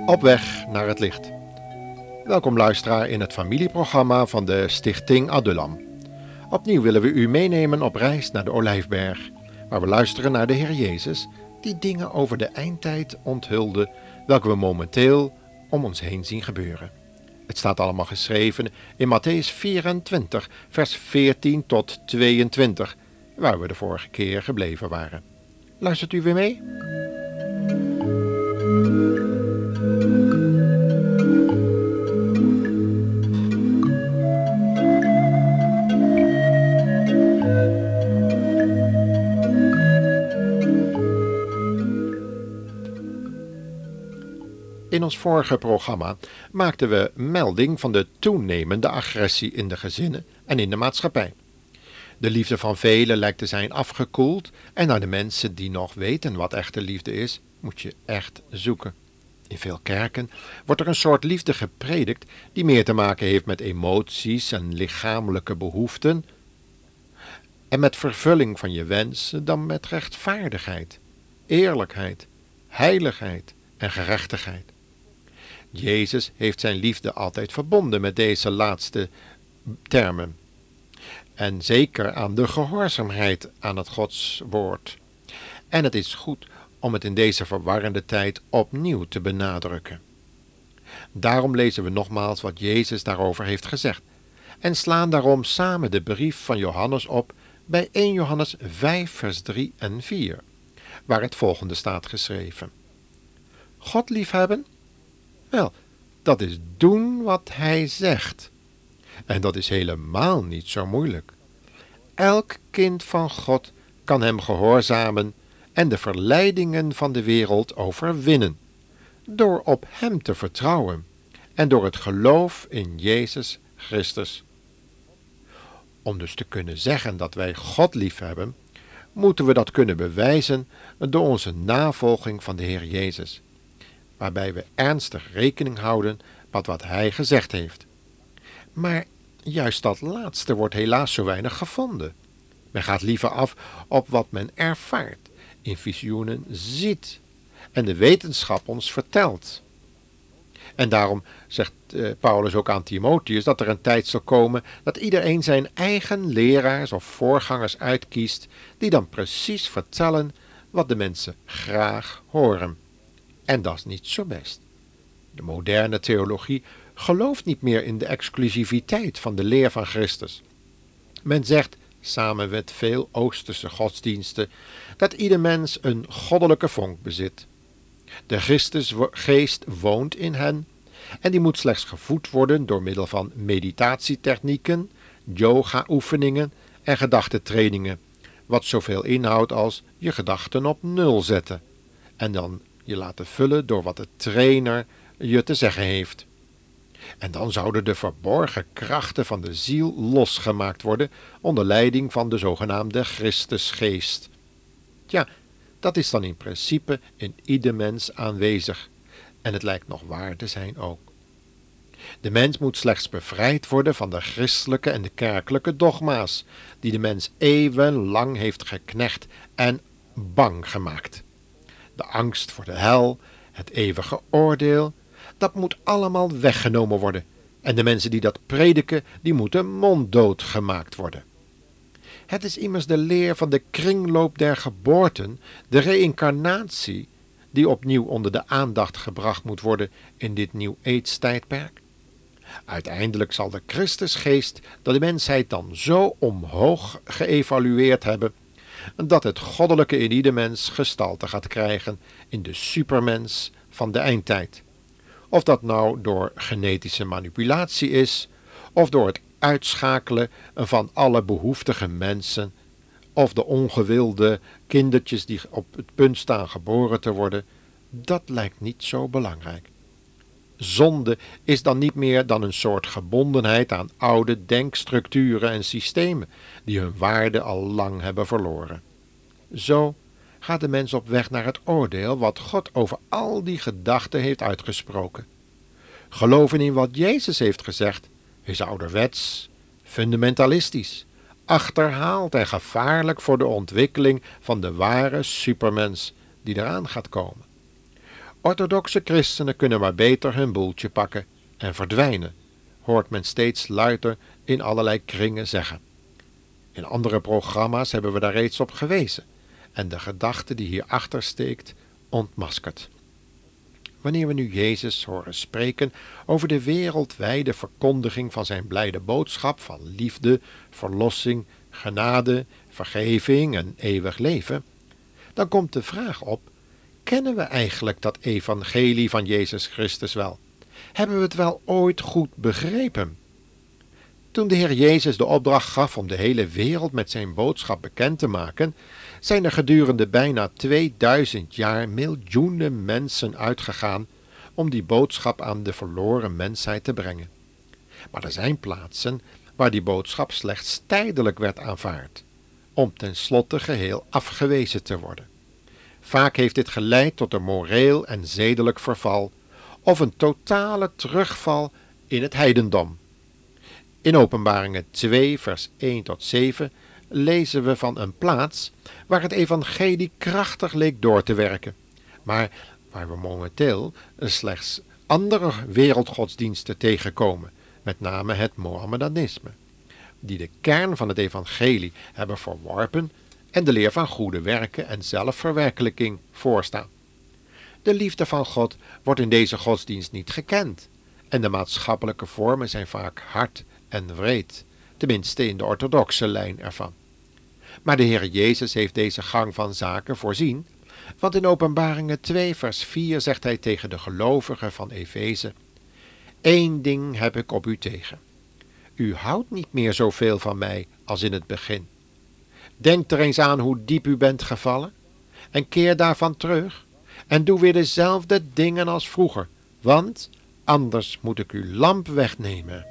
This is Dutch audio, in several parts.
Op weg naar het licht. Welkom luisteraar in het familieprogramma van de Stichting Adullam. Opnieuw willen we u meenemen op reis naar de Olijfberg, waar we luisteren naar de Heer Jezus, die dingen over de eindtijd onthulde, welke we momenteel om ons heen zien gebeuren. Het staat allemaal geschreven in Matthäus 24, vers 14 tot 22, waar we de vorige keer gebleven waren. Luistert u weer mee? In ons vorige programma maakten we melding van de toenemende agressie in de gezinnen en in de maatschappij. De liefde van velen lijkt te zijn afgekoeld en naar de mensen die nog weten wat echte liefde is, moet je echt zoeken. In veel kerken wordt er een soort liefde gepredikt die meer te maken heeft met emoties en lichamelijke behoeften en met vervulling van je wensen dan met rechtvaardigheid, eerlijkheid, heiligheid en gerechtigheid. Jezus heeft zijn liefde altijd verbonden met deze laatste termen. En zeker aan de gehoorzaamheid aan het Gods woord. En het is goed om het in deze verwarrende tijd opnieuw te benadrukken. Daarom lezen we nogmaals wat Jezus daarover heeft gezegd. En slaan daarom samen de brief van Johannes op bij 1 Johannes 5 vers 3 en 4. Waar het volgende staat geschreven. God liefhebben? Wel, dat is doen wat hij zegt. En dat is helemaal niet zo moeilijk. Elk kind van God kan hem gehoorzamen en de verleidingen van de wereld overwinnen, door op hem te vertrouwen en door het geloof in Jezus Christus. Om dus te kunnen zeggen dat wij God liefhebben, moeten we dat kunnen bewijzen door onze navolging van de Heer Jezus, waarbij we ernstig rekening houden met wat hij gezegd heeft. Maar juist dat laatste wordt helaas zo weinig gevonden. Men gaat liever af op wat men ervaart, in visioenen ziet en de wetenschap ons vertelt. En daarom zegt Paulus ook aan Timotheus dat er een tijd zal komen dat iedereen zijn eigen leraars of voorgangers uitkiest, die dan precies vertellen wat de mensen graag horen. En dat is niet zo best. De moderne theologie gelooft niet meer in de exclusiviteit van de leer van Christus. Men zegt, samen met veel Oosterse godsdiensten, dat ieder mens een goddelijke vonk bezit. De Christusgeest woont in hen en die moet slechts gevoed worden door middel van meditatietechnieken, yoga-oefeningen en gedachtentrainingen, wat zoveel inhoudt als je gedachten op nul zetten en dan je laten vullen door wat de trainer je te zeggen heeft. En dan zouden de verborgen krachten van de ziel losgemaakt worden onder leiding van de zogenaamde Christusgeest. Ja, dat is dan in principe in ieder mens aanwezig en het lijkt nog waar te zijn ook. De mens moet slechts bevrijd worden van de christelijke en de kerkelijke dogma's die de mens eeuwenlang heeft geknecht en bang gemaakt. De angst voor de hel, het eeuwige oordeel, dat moet allemaal weggenomen worden. En de mensen die dat prediken, die moeten monddood gemaakt worden. Het is immers de leer van de kringloop der geboorten, de reïncarnatie, die opnieuw onder de aandacht gebracht moet worden in dit nieuw tijdperk. Uiteindelijk zal de Christusgeest de mensheid dan zo omhoog geëvalueerd hebben, dat het goddelijke in ieder mens gestalte gaat krijgen in de supermens van de eindtijd. Of dat nou door genetische manipulatie is, of door het uitschakelen van alle behoeftige mensen, of de ongewilde kindertjes die op het punt staan geboren te worden, dat lijkt niet zo belangrijk. Zonde is dan niet meer dan een soort gebondenheid aan oude denkstructuren en systemen die hun waarde al lang hebben verloren. Zo gaat de mens op weg naar het oordeel wat God over al die gedachten heeft uitgesproken. Geloven in wat Jezus heeft gezegd is ouderwets, fundamentalistisch, achterhaald en gevaarlijk voor de ontwikkeling van de ware supermens die eraan gaat komen. Orthodoxe christenen kunnen maar beter hun boeltje pakken en verdwijnen, hoort men steeds luider in allerlei kringen zeggen. In andere programma's hebben we daar reeds op gewezen en de gedachte die hierachter steekt ontmaskerd. Wanneer we nu Jezus horen spreken over de wereldwijde verkondiging van zijn blijde boodschap van liefde, verlossing, genade, vergeving en eeuwig leven, dan komt de vraag op: kennen we eigenlijk dat evangelie van Jezus Christus wel? Hebben we het wel ooit goed begrepen? Toen de Heer Jezus de opdracht gaf om de hele wereld met zijn boodschap bekend te maken, zijn er gedurende bijna 2000 jaar miljoenen mensen uitgegaan om die boodschap aan de verloren mensheid te brengen. Maar er zijn plaatsen waar die boodschap slechts tijdelijk werd aanvaard, om tenslotte geheel afgewezen te worden. Vaak heeft dit geleid tot een moreel en zedelijk verval of een totale terugval in het heidendom. In Openbaringen 2 vers 1 tot 7 lezen we van een plaats waar het evangelie krachtig leek door te werken, maar waar we momenteel slechts andere wereldgodsdiensten tegenkomen, met name het Mohammedanisme, die de kern van het evangelie hebben verworpen en de leer van goede werken en zelfverwerkelijking voorstaan. De liefde van God wordt in deze godsdienst niet gekend en de maatschappelijke vormen zijn vaak hard en wreed, tenminste in de orthodoxe lijn ervan. Maar de Heer Jezus heeft deze gang van zaken voorzien, want in Openbaringen 2 vers 4 zegt hij tegen de gelovigen van Efeze: Eén ding heb ik op u tegen. U houdt niet meer zoveel van mij als in het begin. Denk er eens aan hoe diep u bent gevallen en keer daarvan terug en doe weer dezelfde dingen als vroeger, want anders moet ik uw lamp wegnemen.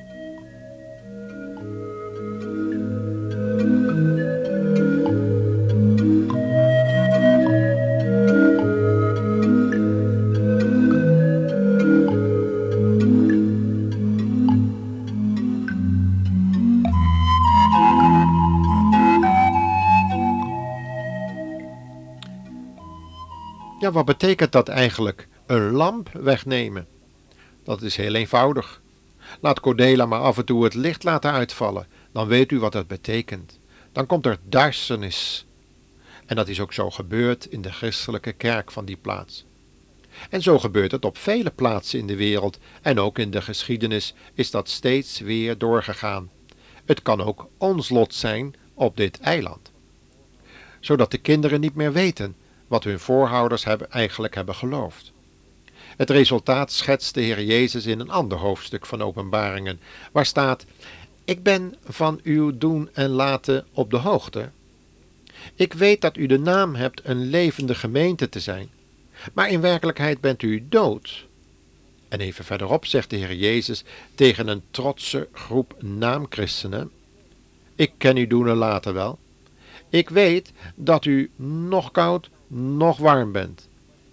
Ja, wat betekent dat eigenlijk? Een lamp wegnemen? Dat is heel eenvoudig. Laat Cordela maar af en toe het licht laten uitvallen, dan weet u wat dat betekent. Dan komt er duisternis. En dat is ook zo gebeurd in de christelijke kerk van die plaats. En zo gebeurt het op vele plaatsen in de wereld en ook in de geschiedenis is dat steeds weer doorgegaan. Het kan ook ons lot zijn op dit eiland. Zodat de kinderen niet meer weten wat hun voorouders eigenlijk hebben geloofd. Het resultaat schetst de Heer Jezus in een ander hoofdstuk van Openbaringen, waar staat: Ik ben van uw doen en laten op de hoogte. Ik weet dat u de naam hebt een levende gemeente te zijn, maar in werkelijkheid bent u dood. En even verderop zegt de Heer Jezus tegen een trotse groep naamchristenen: Ik ken uw doen en laten wel. Ik weet dat u nog koud, nog warm bent.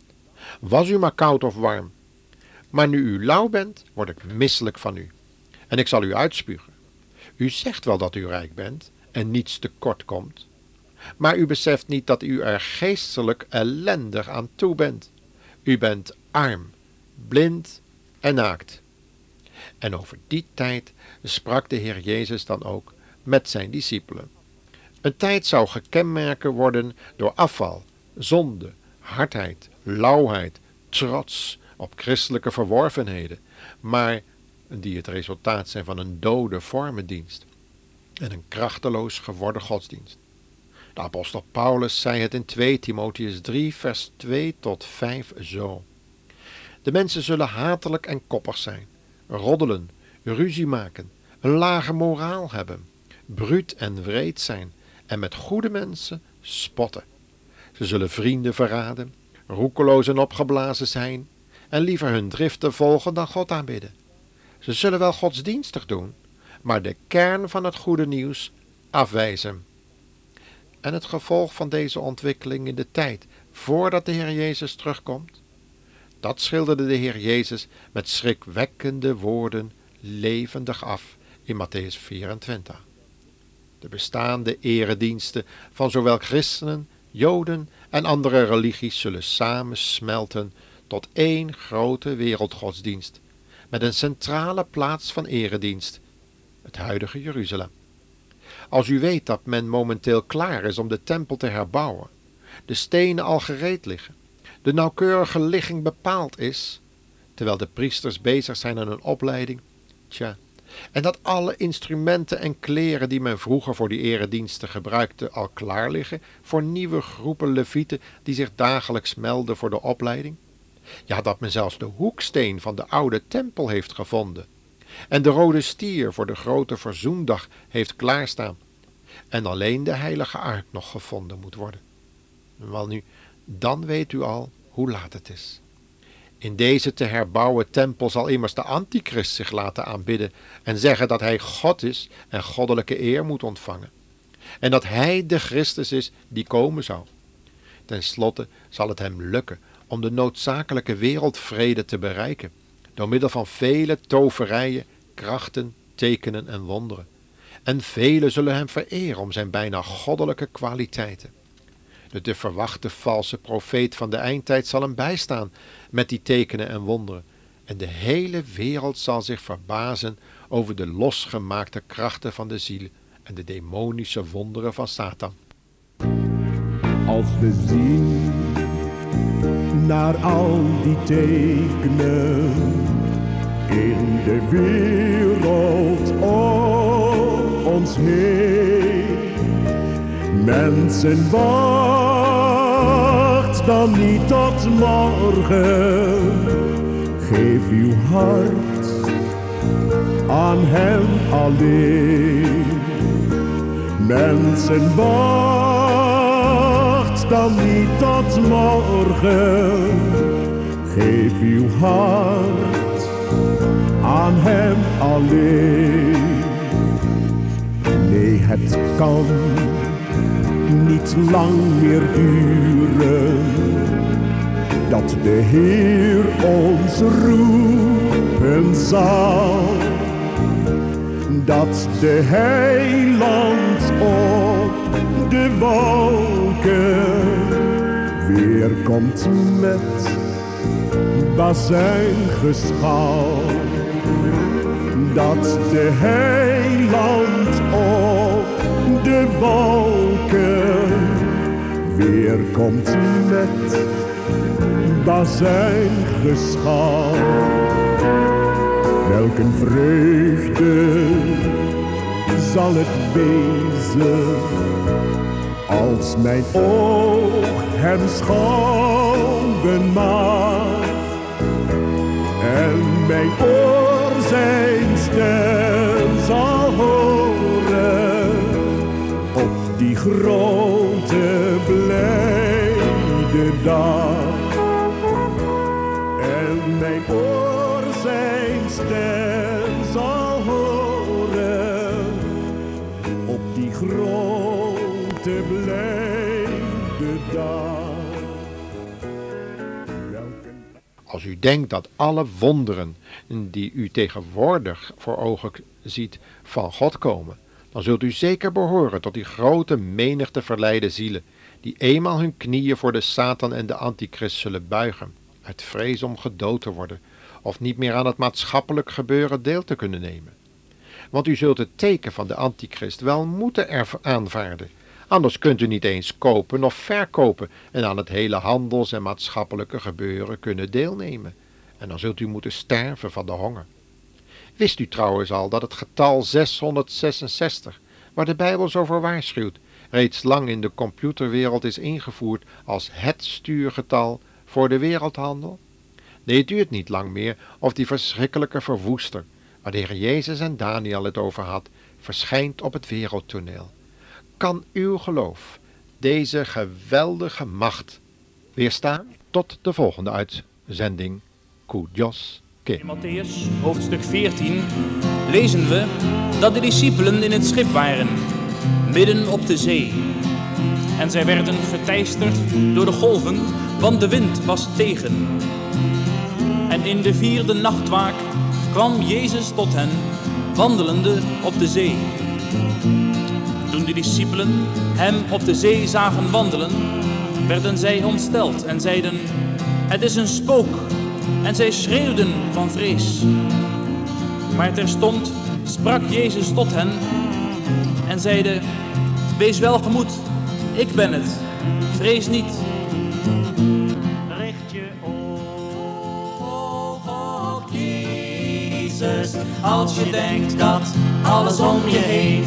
Was u maar koud of warm, maar nu u lauw bent, word ik misselijk van u, en ik zal u uitspugen. U zegt wel dat u rijk bent en niets tekort komt, maar u beseft niet dat u er geestelijk ellendig aan toe bent. U bent arm, blind en naakt. En over die tijd sprak de Heer Jezus dan ook met zijn discipelen. Een tijd zou gekenmerkt worden door afval, zonde, hardheid, lauwheid, trots op christelijke verworvenheden, maar die het resultaat zijn van een dode vormendienst en een krachteloos geworden godsdienst. De apostel Paulus zei het in 2 Timotheüs 3 vers 2 tot 5 zo: De mensen zullen hatelijk en koppig zijn, roddelen, ruzie maken, een lage moraal hebben, bruut en wreed zijn en met goede mensen spotten. Ze zullen vrienden verraden, roekeloos en opgeblazen zijn en liever hun driften volgen dan God aanbidden. Ze zullen wel godsdienstig doen, maar de kern van het goede nieuws afwijzen. En het gevolg van deze ontwikkeling in de tijd voordat de Heer Jezus terugkomt? Dat schilderde de Heer Jezus met schrikwekkende woorden levendig af in Mattheüs 24. De bestaande erediensten van zowel christenen, joden en andere religies zullen samensmelten tot één grote wereldgodsdienst, met een centrale plaats van eredienst, het huidige Jeruzalem. Als u weet dat men momenteel klaar is om de tempel te herbouwen, de stenen al gereed liggen, de nauwkeurige ligging bepaald is, terwijl de priesters bezig zijn aan een opleiding, en dat alle instrumenten en kleren die men vroeger voor die erediensten gebruikte al klaar liggen voor nieuwe groepen levieten die zich dagelijks melden voor de opleiding, ja, dat men zelfs de hoeksteen van de oude tempel heeft gevonden en de rode stier voor de grote verzoendag heeft klaarstaan en alleen de heilige ark nog gevonden moet worden. Welnu, dan weet u al hoe laat het is. In deze te herbouwen tempel zal immers de antichrist zich laten aanbidden en zeggen dat hij God is en goddelijke eer moet ontvangen. En dat hij de Christus is die komen zou. Ten slotte zal het hem lukken om de noodzakelijke wereldvrede te bereiken, door middel van vele toverijen, krachten, tekenen en wonderen. En velen zullen hem vereren om zijn bijna goddelijke kwaliteiten. De te verwachte valse profeet van de eindtijd zal hem bijstaan met die tekenen en wonderen. En de hele wereld zal zich verbazen over de losgemaakte krachten van de ziel en de demonische wonderen van Satan. Als we zien naar al die tekenen in de wereld om ons heen. Mensen, wacht dan niet tot morgen. Geef uw hart aan hem alleen. Mensen, wacht dan niet tot morgen. Geef uw hart aan hem alleen. Nee, het kan niet lang meer duren, dat de Heer ons roepen zal, dat de Heiland op de wolken weer komt met bazuingeschal, dat de Heiland op de wolken weer komt met bazuingeschal. Welk een vreugde zal het wezen als mijn oog hem schouwen mag en mijn oor zijn stem zal horen op die grote blijde dag. En mijn oor zijn stem zal horen op die grote blijde dag. Als u denkt dat alle wonderen die u tegenwoordig voor ogen ziet van God komen, dan zult u zeker behoren tot die grote menigte verleide zielen, die eenmaal hun knieën voor de Satan en de Antichrist zullen buigen, uit vrees om gedood te worden, of niet meer aan het maatschappelijk gebeuren deel te kunnen nemen. Want u zult het teken van de Antichrist wel moeten aanvaarden, anders kunt u niet eens kopen of verkopen en aan het hele handels- en maatschappelijke gebeuren kunnen deelnemen. En dan zult u moeten sterven van de honger. Wist u trouwens al dat het getal 666, waar de Bijbel zo voor waarschuwt, reeds lang in de computerwereld is ingevoerd als het stuurgetal voor de wereldhandel? Nee, het duurt niet lang meer of die verschrikkelijke verwoester, waar de Heer Jezus en Daniel het over had, verschijnt op het wereldtoneel. Kan uw geloof deze geweldige macht weerstaan? Tot de volgende uitzending. Kujos Ke. In Mattheüs, hoofdstuk 14, lezen we dat de discipelen in het schip waren, midden op de zee. En zij werden geteisterd door de golven, want de wind was tegen. En in de 4e nachtwaak kwam Jezus tot hen, wandelende op de zee. Toen de discipelen hem op de zee zagen wandelen, werden zij ontsteld en zeiden: het is een spook. En zij schreeuwden van vrees. Maar terstond sprak Jezus tot hen en zeide: wees welgemoed, ik ben het, vrees niet. Richt je oog op Jezus, als je denkt dat alles om je heen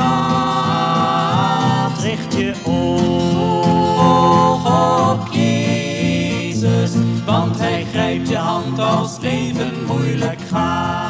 vergaat. Richt je oog op Jezus, want hij grijpt je hand als het leven moeilijk gaat.